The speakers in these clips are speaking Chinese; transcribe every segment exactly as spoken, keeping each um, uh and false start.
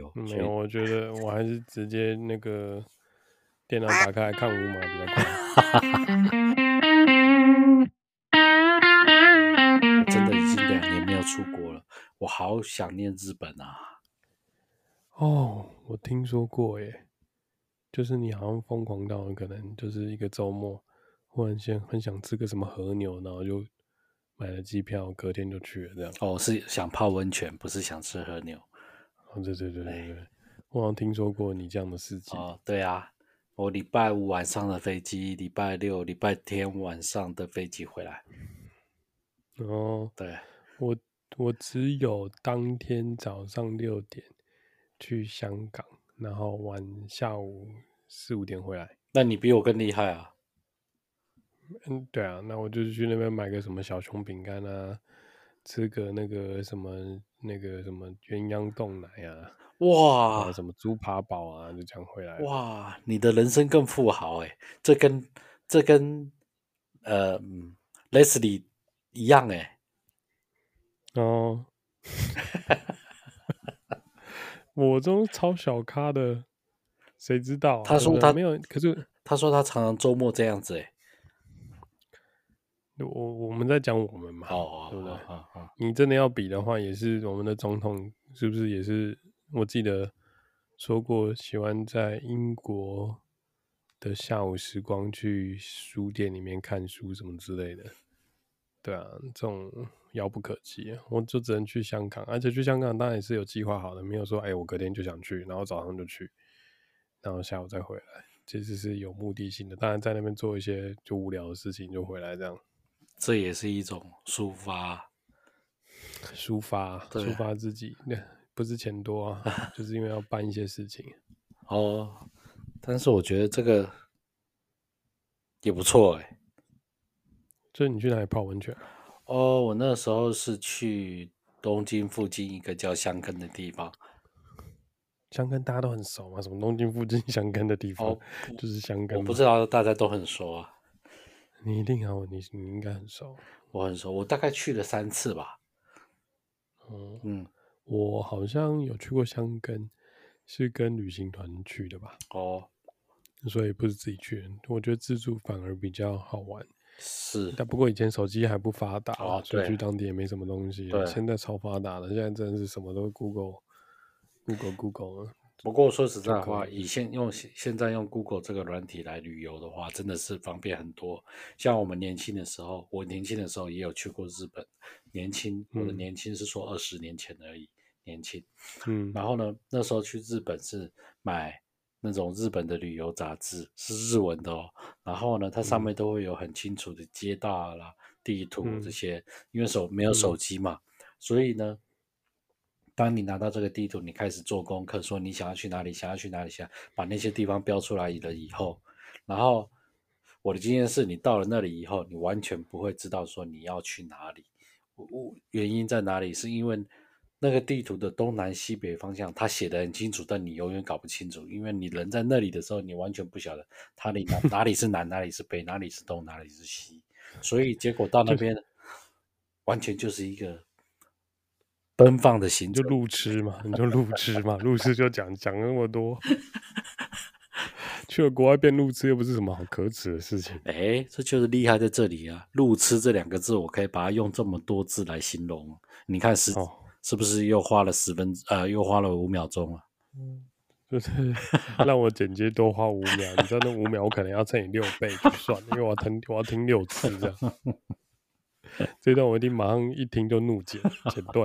就没有，我觉得我还是直接那个电脑打开来看无码比较快。 我真的已经两年没有出国了，我好想念日本啊！ 哦，我听说过耶，就是你好像疯狂到可能就是一个周末，忽然间很想吃个什么和牛，然后就买了机票，隔天就去了这样。 哦，是想泡温泉，不是想吃和牛。 哦，对对对对哎， 对，我好像听说过你这样的事情。 哦，对啊，我礼拜五晚上的飞机，礼拜六、礼拜天晚上的飞机回来。 哦， 对， 我我只有当天早上六点去香港，然后晚下午四五点回来。 那你比我更厉害啊！ 嗯，对啊，那我就去那边买个什么小熊饼干啊，吃个那个什么那个什么鸳鸯冻奶啊，然后哇什么猪扒堡啊，就这样回来了。 哇，你的人生更富豪哎，这跟这跟呃嗯 Leslie 一样哎。 哦，我这种超小咖的，谁知道啊，对不对？ 他说他没有，可是他说他常常周末这样子哎。 我我们在讲我们嘛， 哦哦对不对？ 哦哦哦， 你真的要比的话，也是我们的总统是不是也是？我记得说过，喜欢在英国的下午时光去书店里面看书什么之类的。对啊，这种遥不可及，我就只能去香港，而且去香港当然也是有计划好的，没有说哎我隔天就想去，然后早上就去，然后下午再回来，其实是有目的性的。当然在那边做一些就无聊的事情就回来这样。 这也是一种抒发。 抒发对啊， 抒发自己，那不是钱多啊，就是因为要办一些事情。 哦，但是我觉得这个也不错哎。 所以你去哪里泡温泉啊？ 哦，我那时候是去东京附近一个叫箱根的地方。 香根大家都很熟嘛，什么东京附近香根的地方哦， 就是香根嘛。 我不知道大家都很熟啊。 你一定好，你你应该很熟。 我很熟，我大概去了三次吧。 嗯， 嗯， 我好像有去过香根，是跟旅行团去的吧， 哦， 所以不是自己去的。我觉得自助反而比较好玩。 是， 但不过以前手机还不发达啦， 哦，对所以去当地也没什么东西了。 对。 现在超发达了，现在真的是什么都 Google Google Google 了不过说实在的话， 就可以。 以现用现现在用 Google 这个软体来旅游的话，真的是方便很多。像我们年轻的时候，我年轻的时候也有去过日本。年轻，我的嗯年轻是说二十年前而已，年轻。 嗯然后呢，那时候去日本是买那种日本的旅游杂志，是日文的哦。然后呢，它上嗯面都会有很清楚的街道啦、地图这嗯些，因为手没有手嗯机嘛，所以呢。当你拿到这个地图，你开始做功课，说你想要去哪里，想要去哪里，想把那些地方标出来了以后，然后我的经验是你到了那里以后，你完全不会知道说你要去哪里。我原因在哪里？是因为那个地图的东南西北方向，它写的很清楚，但你永远搞不清楚，因为你人在那里的时候，你完全不晓得它里哪哪里是南，哪里是北，哪里是东，哪里是西，所以结果到那就边完全就是一个奔放的行程。 你就路痴嘛，你就路痴嘛，路痴就讲讲那么多，去了国外变路痴又不是什么好可耻的事情。 哎，这就是厉害在这里啊！路痴这两个字，我可以把它用这么多字来形容。你看是哦， 是不是又花了十分呃，又花了五秒钟啊？ 就是让我剪接多花五秒，你知道那五秒我可能要乘以六倍去算，因为我要听我要听六次这样，这段我一定马上一听就怒剪剪断。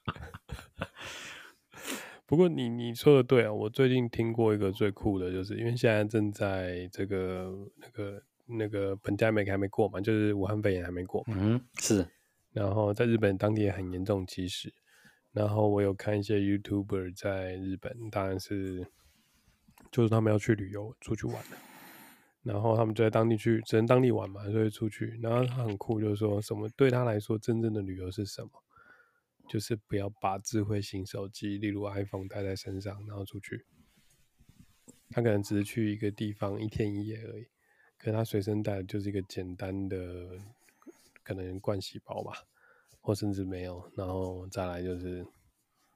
不过你你说的对啊，我最近听过一个最酷的，就是因为现在正在这个那个那个本家美还没过嘛，就是武汉肺炎还没过嘛， 嗯，是， 然后在日本当地也很严重，其实，然后我有看一些 YouTuber 在日本，当然是就是他们要去旅游出去玩的，然后他们就在当地去，只能当地玩嘛，所以出去，然后他很酷，就是说什么对他来说真正的旅游是什么？就是不要把智慧型手机，例如 iPhone 带在身上，然后出去。他可能只是去一个地方一天一夜而已，可是他随身带的就是一个简单的，可能盥洗包吧，或甚至没有。然后再来就是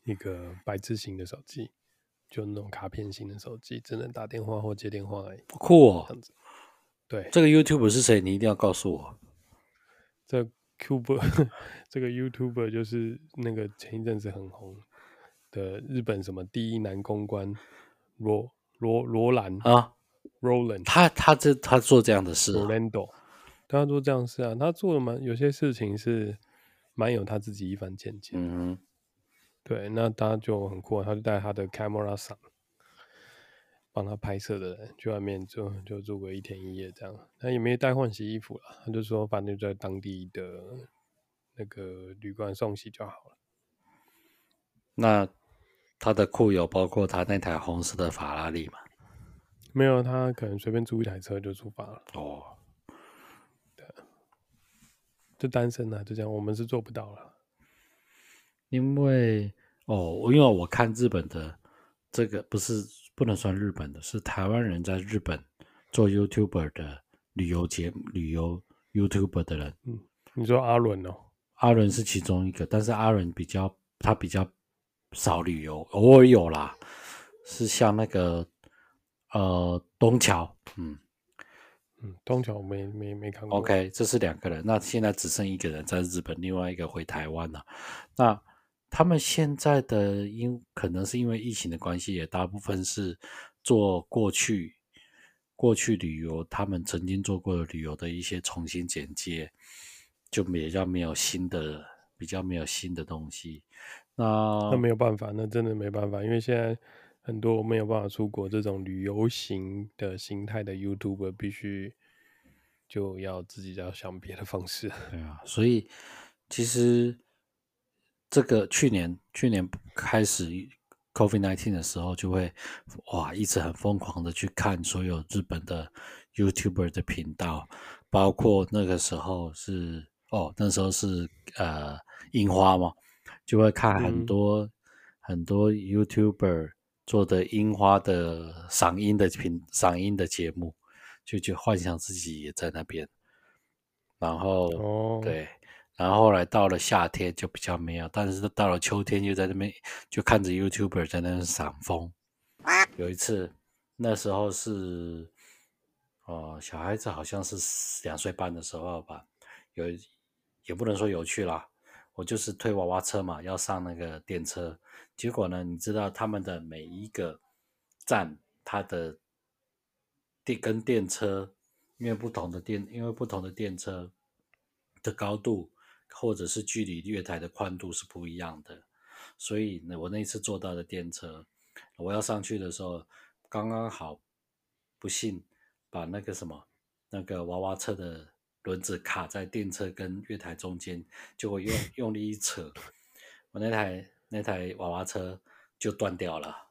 一个白字型的手机，就那种卡片型的手机，只能打电话或接电话而已。 酷哦！ 这样子。对， 这个 YouTube 是谁？你一定要告诉我。 这 Cuber 这个 YouTuber 就是那个前一阵子很红的日本什么第一男公关罗罗罗兰啊 Roland， 他他这他做这样的事、啊、 Rolando， 他做这样的事啊，他做的蛮有些事情是蛮有他自己一番见解。 嗯哼， 对，那他就很酷、啊，他就带他的 camera 上。帮他拍摄的人去外面就就住个一天一夜这样，他也没带换洗衣服啦，他就说反正就在当地的那个旅馆送洗就好了。 那他的库有包括他那台红色的法拉利吗？ 没有，他可能随便租一台车就出发了。 哦， 对，就单身啊，就这样，我们是做不到了。 因为哦，因为我看日本的这个不是不能算日本的，是台湾人在日本做 YouTuber 的旅游节旅游 YouTuber 的人。 嗯，你说阿伦哦？ 阿伦是其中一个，但是阿伦比较他比较少旅游，偶尔有啦，是像那个呃东桥，嗯嗯，东桥没没没看过。 ，OK，这是两个人，那现在只剩一个人在日本，另外一个回台湾了。那他们现在的因可能是因为疫情的关系，也大部分是做过去过去旅游他们曾经做过的旅游的一些重新剪接，就比较没有新的比较没有新的东西。那那没有办法，那真的没办法，因为现在很多没有办法出国这种旅游型的形态的 YouTuber 必须就要自己要想别的方式。 对啊，所以其实这个去年去年开始 COVID 十九 的时候，就会哇一直很疯狂的去看所有日本的 YouTuber 的频道，包括那个时候是哦那时候是呃樱花嘛，就会看很多、嗯、很多 YouTuber 做的樱花的赏樱的频赏樱的节目，就就幻想自己也在那边。然后、哦、对，然后后来到了夏天就比较没有，但是到了秋天就在那边就看着 YouTuber 在那边赏枫。有一次，那时候是呃小孩子好像是两岁半的时候吧，有也不能说有趣啦，我就是推娃娃车嘛，要上那个电车，结果呢，你知道他们的每一个站，它的电跟电车。因为不同的电，因为不同的电车的高度或者是距离月台的宽度是不一样的，所以呢，我那次坐到的电车，我要上去的时候，刚刚好不幸把那个什么那个娃娃车的轮子卡在电车跟月台中间，结果用用力一扯，我那台那台娃娃车就断掉了。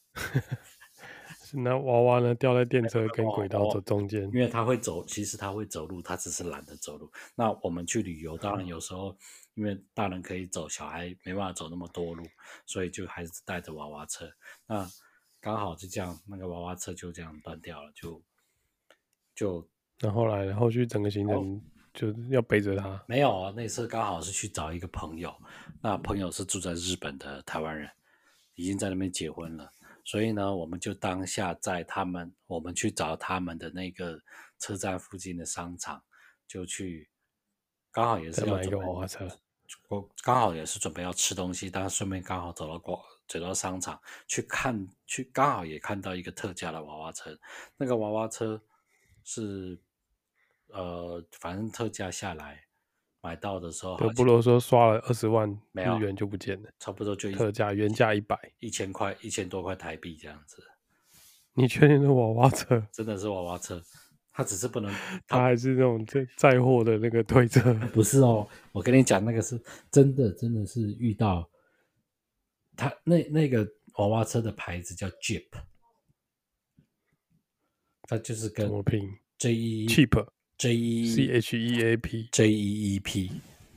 那娃娃呢掉在电车跟轨道的中间， 因为他会走，其实他会走路，他只是懒得走路。那我们去旅游，当然有时候因为大人可以走，小孩没办法走那么多路，所以就还是带着娃娃车。那刚好就这样，那个娃娃车就这样断掉了，就就那后来后续整个行程就要背着他。 没有啊，那次刚好是去找一个朋友，那朋友是住在日本的台湾人，已经在那边结婚了。所以呢，我们就当下在他们，我们去找他们的那个车站附近的商场，就去，刚好也是要买一个娃娃车， 我刚好也是准备要吃东西，但顺便刚好走到过走到商场去看，去刚好也看到一个特价的娃娃车，那个娃娃车是呃，反正特价下来。买到的时候， 德布罗说刷了二十万日元就不见了， 差不多就特价原价一百， 一千块，一千多块台币这样子。 你确定是娃娃车？ 真的是娃娃车，它只是不能， 它还是那种载载货的那个推车。 不是哦，我跟你讲，那个是真的，真的是遇到它那那个娃娃车的牌子叫 Jeep， 它就是跟怎么拼 J E cheap J E C H E A P J E E P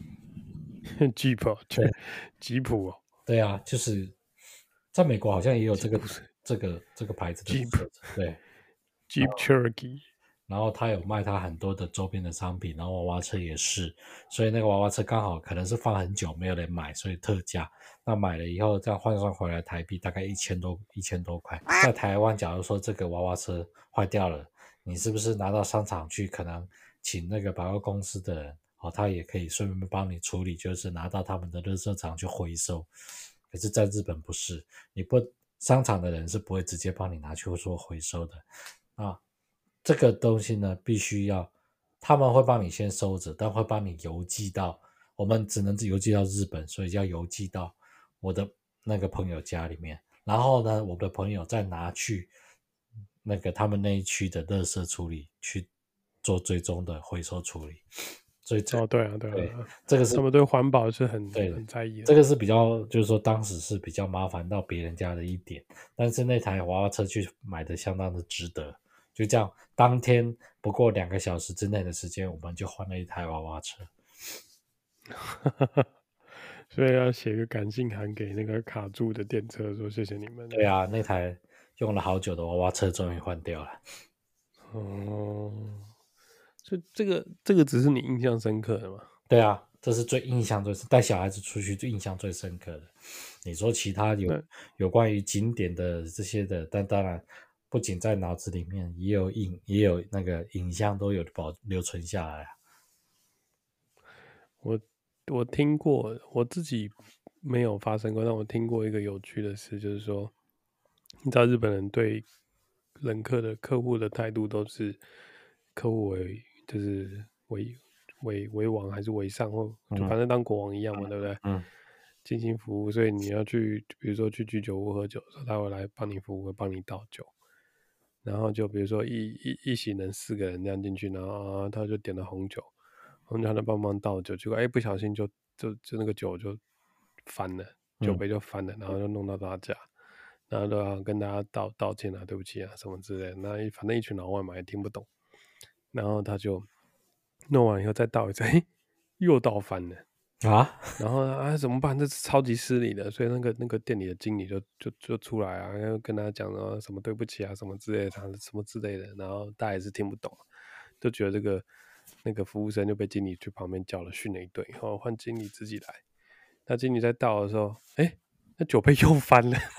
Jeep 吉普哦， 对啊，就是在美国好像也有这个这个这个牌子的 Jeep， 对 Jeep Cherokee。 然后他有卖他很多的周边的商品，然后娃娃车也是，所以那个娃娃车刚好可能是放很久没有人买，所以特价。那买了以后，这样换算回来台币大概一千多一千多块。在台湾，假如说这个娃娃车坏掉了，你是不是拿到商场去，可能请那个百货公司的人，哦，他也可以顺便帮你处理，就是拿到他们的垃圾场去回收。可是，在日本不是，你不商场的人是不会直接帮你拿去做回收的啊。这个东西呢，必须要他们会帮你先收着，但会帮你邮寄到，我们只能邮寄到日本，所以要邮寄到我的那个朋友家里面。然后呢，我的朋友再拿去那个他们那一区的垃圾处理去做最终的回收处理。所以这哦，对啊，对对啊， 这个是他们对环保是很对很在意的。 这个是比较，就是说当时是比较麻烦到别人家的一点，但是那台娃娃车去买的相当的值得。就这样，当天不过两个小时之内的时间，我们就换了一台娃娃车。 所以要写个感性函给那个卡住的电车，说谢谢你们。 对啊，那台用了好久的娃娃车终于换掉了。 哦，所以这个这个只是你印象深刻的嘛？ 对啊，这是最印象最带小孩子出去最印象最深刻的。你说其他有那有关于景点的这些的，但当然不仅在脑子里面，也有影也有那个影像都有保留存下来啊。 我我听过，我自己没有发生过，但我听过一个有趣的事，就是说，你知道日本人对人客的客户的态度都是客户为就是为为为王还是为上，或就嗯反正当国王一样嘛，对不对？ 嗯精心服务，所以你要去，比如说去居酒屋喝酒的时候，他会来帮你服务，会帮你倒酒。然后就比如说一一一行人四个人这样进去，然后、啊、他就点了红酒，红酒他就帮忙倒酒，结果哎不小心就就就那个酒就翻了，酒嗯杯就翻了，然后就弄到大家，然后都要跟大家道道歉啊，对不起啊什么之类的。那一反正一群老外嘛也听不懂，然后他就弄完以后再倒一次，嘿，又倒翻了。 啊， 然后啊怎么办？这是超级失礼的，所以那个那个店里的经理就就就出来啊，然后跟他讲啊什么对不起啊什么之类的，什么之类的，然后大家也是听不懂，就觉得这个那个服务生就被经理去旁边叫了训了一顿，然后换经理自己来。那经理在倒的时候，哎，那酒杯又翻了，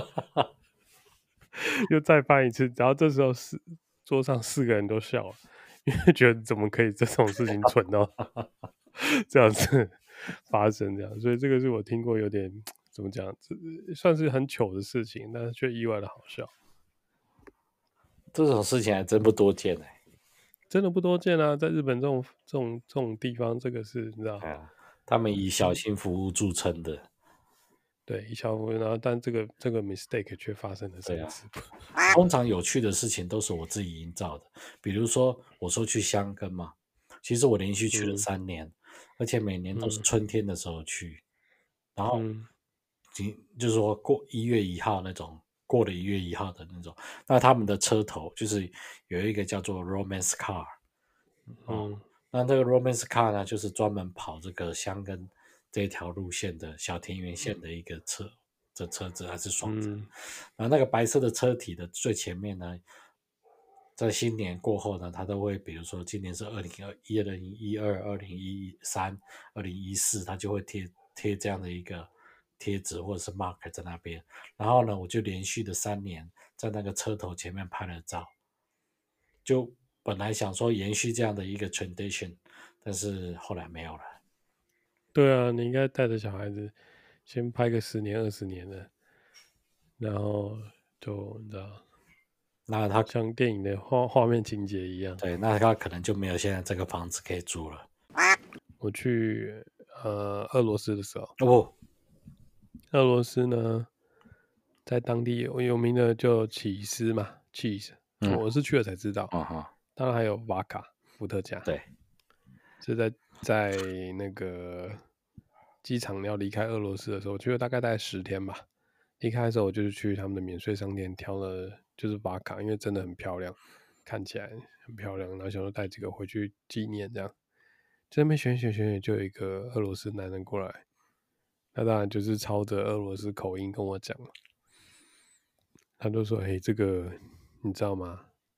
又再翻一次，然后这时候四桌上四个人都笑了，因为觉得怎么可以这种事情蠢到这样子发生这样，所以这个是我听过有点怎么讲，算是很糗的事情，但是却意外的好笑。 这种事情还真不多见哎、 真的不多见啊，在日本这种这种这种地方，这个是你知道， 哎呀，他们以小心服务著称的。 对，一小然后但这个这个 mistake 却发生了对啊， 三次。 通常有趣的事情都是我自己营造的，比如说我说去箱根嘛，其实我连续去了嗯三年，而且每年都是嗯春天的时候去，然后嗯今就是说过一月一号那种，过了一月一号的那种，那他们的车头就是有一个叫做 Romance Car 哦， 嗯那这个 Romance Car 呢，就是专门跑这个箱根这条路线的小田园线的一个车，这车子还是双层， 嗯然后那个白色的车体的最前面呢，在新年过后呢，它都会，比如说今年是二零二一、二零一二、二零一三、二零一四，它就会贴贴这样的一个贴纸或者是 mark 在那边。然后呢，我就连续的三年在那个车头前面拍了照，就本来想说延续这样的一个 tradition，但是后来没有了。 对啊，你应该带着小孩子先拍个十年二十年的，然后就你知道， 那他像电影的画画面情节一样。 对，那他可能就没有现在这个房子可以住了。 我去呃俄罗斯的时候， 哦， 俄罗斯呢，在当地有有名的就起司嘛，cheese， 嗯， 我是去了才知道。 嗯哼， 当然还有瓦卡伏特加， 对， 是在在那个机场要离开俄罗斯的时候，我去了大概大概十天吧。离开的时候，我就是去他们的免税商店挑了，就是瓦卡，因为真的很漂亮，看起来很漂亮，然后想说带几个回去纪念这样。在那边选选选选，就有一个俄罗斯男人过来，那当然就是操着俄罗斯口音跟我讲了，他就说：“嘿，这个你知道吗？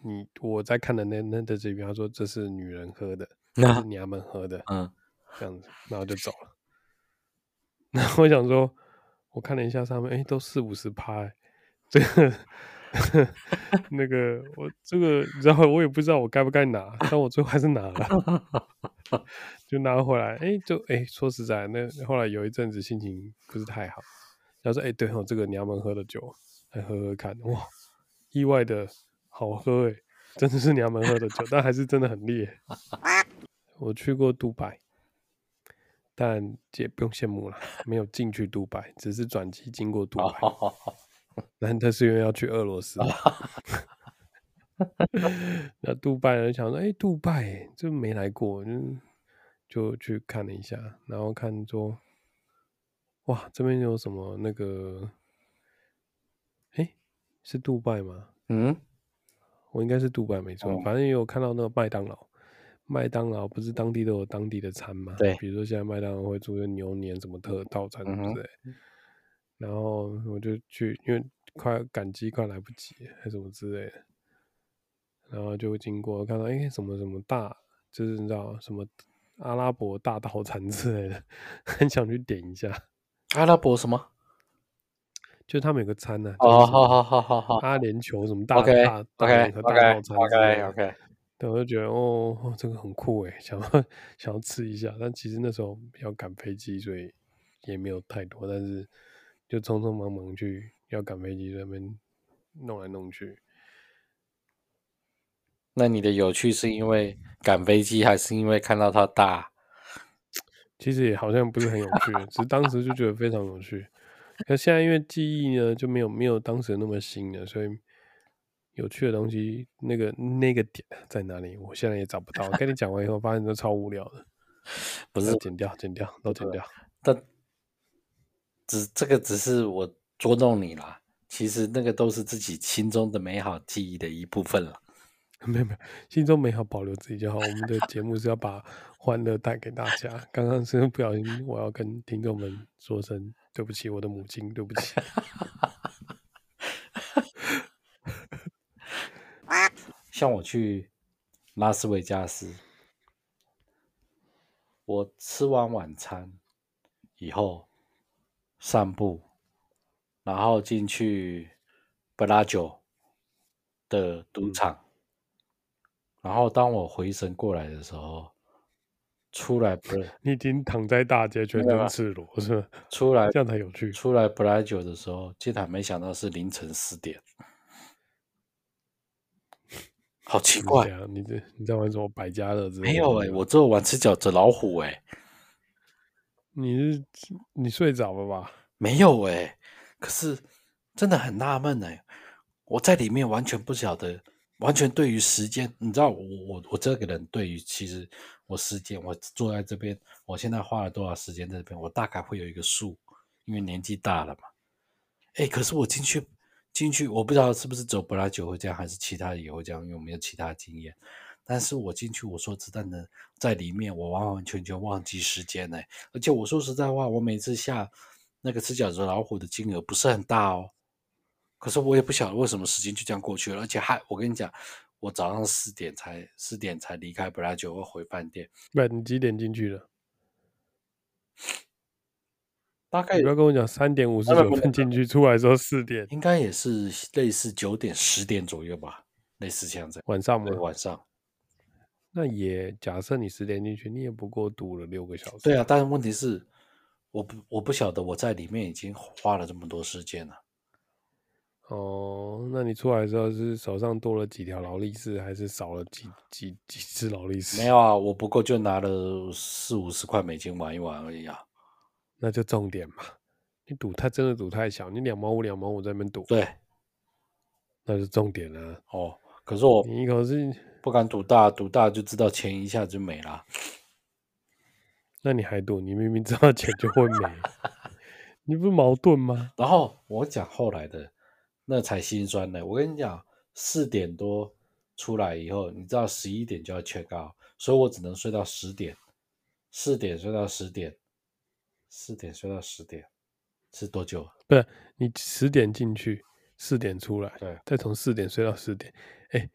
你我在看的那那的这边，他说这是女人喝的， 那这是娘们喝的， 嗯， 这样子，然后就走了。然后我想说，我看了一下上面，哎，都四五十趴，欸这个那个我这个，你知道，我也不知道我该不该拿，但我最后还是拿了，就拿回来。哎，就哎，说实在，那后来有一阵子心情不是太好，然后说，哎，对哦，这个娘们喝的酒，来喝喝看，哇，意外的好喝，哎，真的是娘们喝的酒，但还是真的很烈。我去过杜拜，但也不用羡慕了，没有进去杜拜，只是转机经过杜拜。 哦， 难得是因为要去俄罗斯，那杜拜人想说，哎、杜拜欸这没来过，就就去看了一下，然后看说，哇，这边有什么那个，哎、是杜拜吗？ 嗯我应该是杜拜没错， 嗯， 反正也有看到那个麦当劳，麦当劳不是当地都有当地的餐吗？ 对， 比如说现在麦当劳会出现牛年什么特套餐嗯哼， 之类，然后我就去，因为快赶机快来不及，还什么之类的。然后就经过看到，哎，什么什么大，就是你知道什么阿拉伯大套餐之类的，很想去点一下。 阿拉伯什么？ 就他们有个餐呢、就是哦， 什么好好好好好阿联酋什么大 ，OK 大大 OK 联合 OK 大套餐之类 OK 的， OK， 对，我就觉得哦，哦这个很酷诶，想要想要吃一下。但其实那时候要赶飞机，所以也没有太多，但是就匆匆忙忙去要赶飞机，在那边弄来弄去。 那你的有趣是因为赶飞机，还是因为看到它大？ 其实也好像不是很有趣，只是当时就觉得非常有趣。可现在因为记忆呢就没有没有当时那么新了，所以有趣的东西那个那个点在哪里，我现在也找不到。跟你讲完以后，发现都超无聊的， 不是， 要剪掉，剪掉，都剪掉。 但只这个只是我捉弄你啦，其实那个都是自己心中的美好记忆的一部分了。 没有没有，心中美好保留自己就好。我们的节目是要把欢乐带给大家。刚刚是不小心，我要跟听众们说声对不起，我的母亲，对不起。 像我去拉斯维加斯，我吃完晚餐以后散步，然后进去布拉酒的赌嗯， 场，然后当我回神过来的时候，出来不是你已经躺在大街，全没有没有身赤裸，是吧？ 出来这样才有趣。 出来布拉酒的时候，竟然没想到是凌晨四点，好奇怪。 你等下，你这你在玩什么百家乐之类的， 没有诶、 是吧？ 我只有玩吃饺子老虎诶、 你是你睡着了吧？ 没有诶、可是真的很纳闷诶，我在里面完全不晓得，完全对于时间，你知道我我我这个人对于其实我时间，我坐在这边，我现在花了多少时间在这边，我大概会有一个数，因为年纪大了嘛。诶，可是我进去进去，我不知道是不是走布拉酒会这样，还是其他的也会这样，因为我没有其他经验。但是我进去，我说实在的，在里面我完完全全忘记时间呢、而且我说实在话，我每次下那个吃饺子老虎的金额不是很大哦，可是我也不晓得为什么时间就这样过去了，而且还我跟你讲，我早上四点才四点才离开布拉酒，我回饭店， 不然你几点进去的？ 大概你不要跟我讲三点五十九分进去，出来的时候四点， 应该也是类似九点十点左右吧，类似这样子。对， 晚上吗？ 晚上。 那也假设你十点进去，你也不过赌了六个小时对啊， 啊。 但是问题是，我不我不晓得我在里面已经花了这么多时间了。 哦，那你出来之后是手上多了几条劳力士，还是少了几几几只劳力士？ 没有啊，我不过就拿了四五十块美金玩一玩而已啊。 那就重点嘛。你赌太真的赌太小，你两毛五两毛五在那边赌， 对， 那是重点啊。 哦，可是我你一口是， 不敢赌大，赌大就知道钱一下就没了。 那你还赌？你明明知道钱就会没，你不是矛盾吗？ 然后我讲后来的，那才心酸呢。我跟你讲，四点多出来以后，你知道十一点就要 check out，所以我只能睡到十点，四点睡到十点，四点睡到十点，是多久？ 不是，你十点进去，四点出来， 对， 再从四点睡到十点，哎、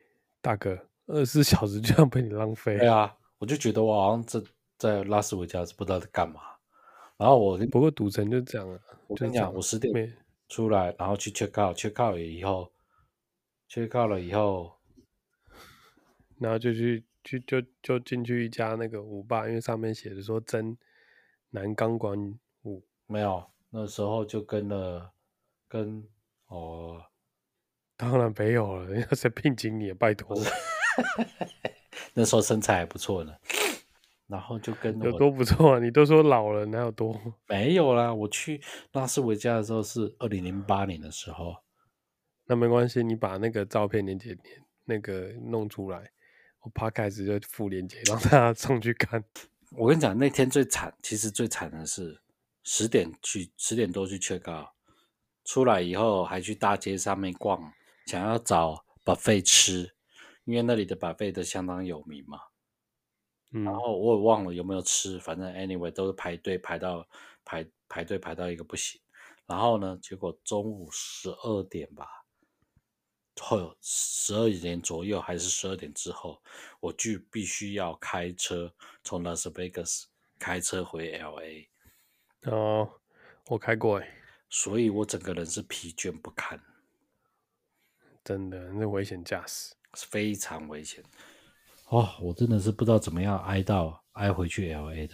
大哥，二十四小时就这样被你浪费。 对啊，我就觉得我好像在在拉斯维加斯不知道在干嘛。然后我跟不过赌城就这样啊， 我跟你讲， 就是这样， 我十点没出来，然后去 check out，check out 了以后，check out 了以后， 然后就去去就就进去一家那个舞吧，因为上面写着说真男钢管舞。 没有，那时候就跟了跟哦， 当然没有了，人家谁聘请你？拜托， 那时候身材还不错呢。然后就跟有我多不错啊？你都说老了，哪有多？ 没有啦，我去拉斯维加的时候是二零零八年的时候。 那没关系，你把那个照片连接那个弄出来，我 Podcast 就附链接，让大家送去看。 我跟你讲，那天最惨，其实最惨的是十点去，十点多去 check out，出来以后还去大街上面逛，想要找 buffet 吃，因为那里的 buffet 都相当有名嘛。然嗯， 后我也忘了有没有吃，反正 anyway 都是排队排到排排队排到一个不行。然后呢，结果中午十二点吧，后十二点左右还是十二点之后，我就必须要开车从 Las Vegas 开车回 L A， 哦，我开过哎， 所以我整个人是疲倦不堪， 真的，那危险驾驶。 非常危险。哦，我真的是不知道怎么样挨到挨回去 L A 的。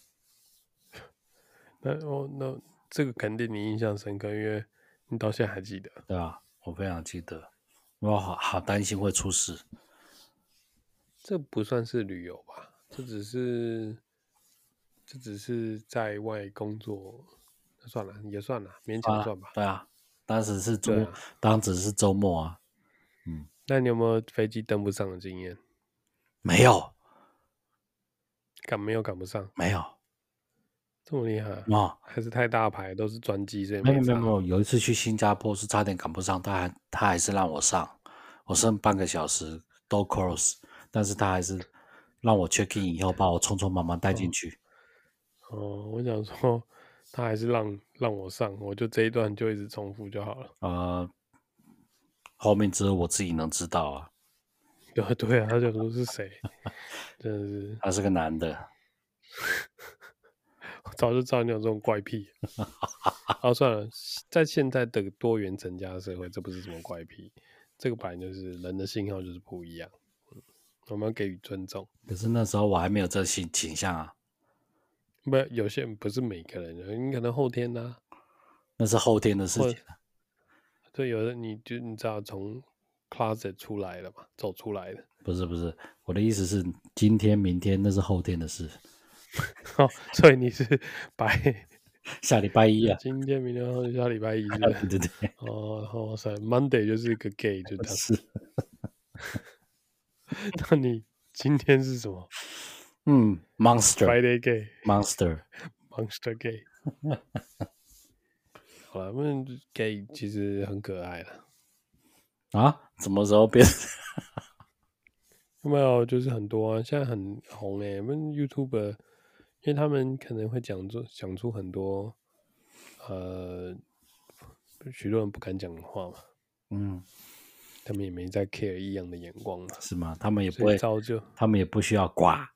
那哦，那这个肯定你印象深刻，因为你到现在还记得。 对啊，我非常记得，我好好担心会出事。 这不算是旅游吧？这只是，这只是在外工作，算了，也算了，勉强啊， 算吧。 对啊，当时是周， 对啊， 当时是周末啊。嗯， 那你有没有飞机登不上的经验？ 没有， 赶没有赶不上， 没有这么厉害啊？ 啊， 还是太大牌，都是专机，所以没有没差。 没有没有，有一次去新加坡是差点赶不上，他还他还是让我上，我剩半个小时都 cross，但是他还是让我 check in 以后把我匆匆忙忙带进去。 哦，我想说，他还是让让我上，我就这一段就一直重复就好了。 呃，后面只有我自己能知道啊， 对啊对啊，他就说是谁，真的是， 他是个男的。 我早就知道你有这种怪癖。好，算了，在现在的多元成家社会，这不是什么怪癖，这个本来就是人的信号就是不一样，嗯，我们要给予尊重。 可是那时候我还没有这倾倾向啊， 不，有些人不是每个人，你可能后天呢、 那是后天的事或情了。 对，有的你就你知道从 closet 出来了嘛，走出来的。 不是不是，我的意思是今天明天那是后天的事， 哦，所以你是白下礼拜一啊。 今天、明天、后天、下礼拜一是不是？ 对对对， 哦，哦，塞 Monday 就是一个 gay，就这样。 是。 那你今天是什么嗯，monster ？Friday gay，monster monster， gay。好了，那 gay 其实很可爱了。 啊？什么时候变？ 有没有？就是很多啊，现在很红诶、欸。我们 YouTuber，因为他们可能会讲出讲出很多呃许多人不敢讲的话嘛。 嗯， 他们也没在 care 异样的眼光嘛， 是吗？他们也不所以会， 造就他们也不需要挂。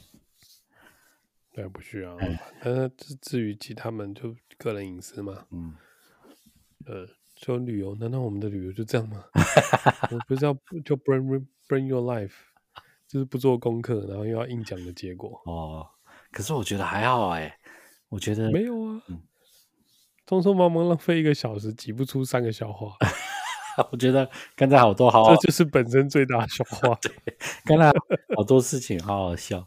对不需要。 哎， 但是至至于其他们就个人隐私嘛， 嗯， 呃，就旅游，难道我们的旅游就这样吗？我不是要就 bring bring your life，就是不做功课，然后又要硬讲的结果。 哦，可是我觉得还好哎，我觉得， 没有啊， 嗯， 匆匆忙忙浪费一个小时，挤不出三个笑话， 我觉得刚才好多好好， 这就是本身最大的笑话。 刚才好多事情好好笑。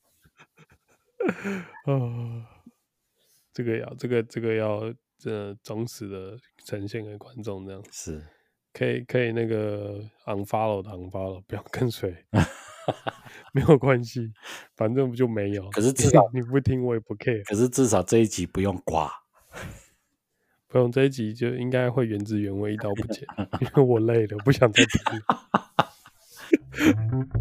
啊，这个要这个这个要这忠实的呈现给观众，这样是， 可以可以那个 unfollow 的 unfollow，不要跟随，没有关系，反正就没有。 可是至少你不听我也不 care， 可是至少这一集不用挂。 不用这一集就应该会原汁原味一刀不剪，因为我累了，不想再听了。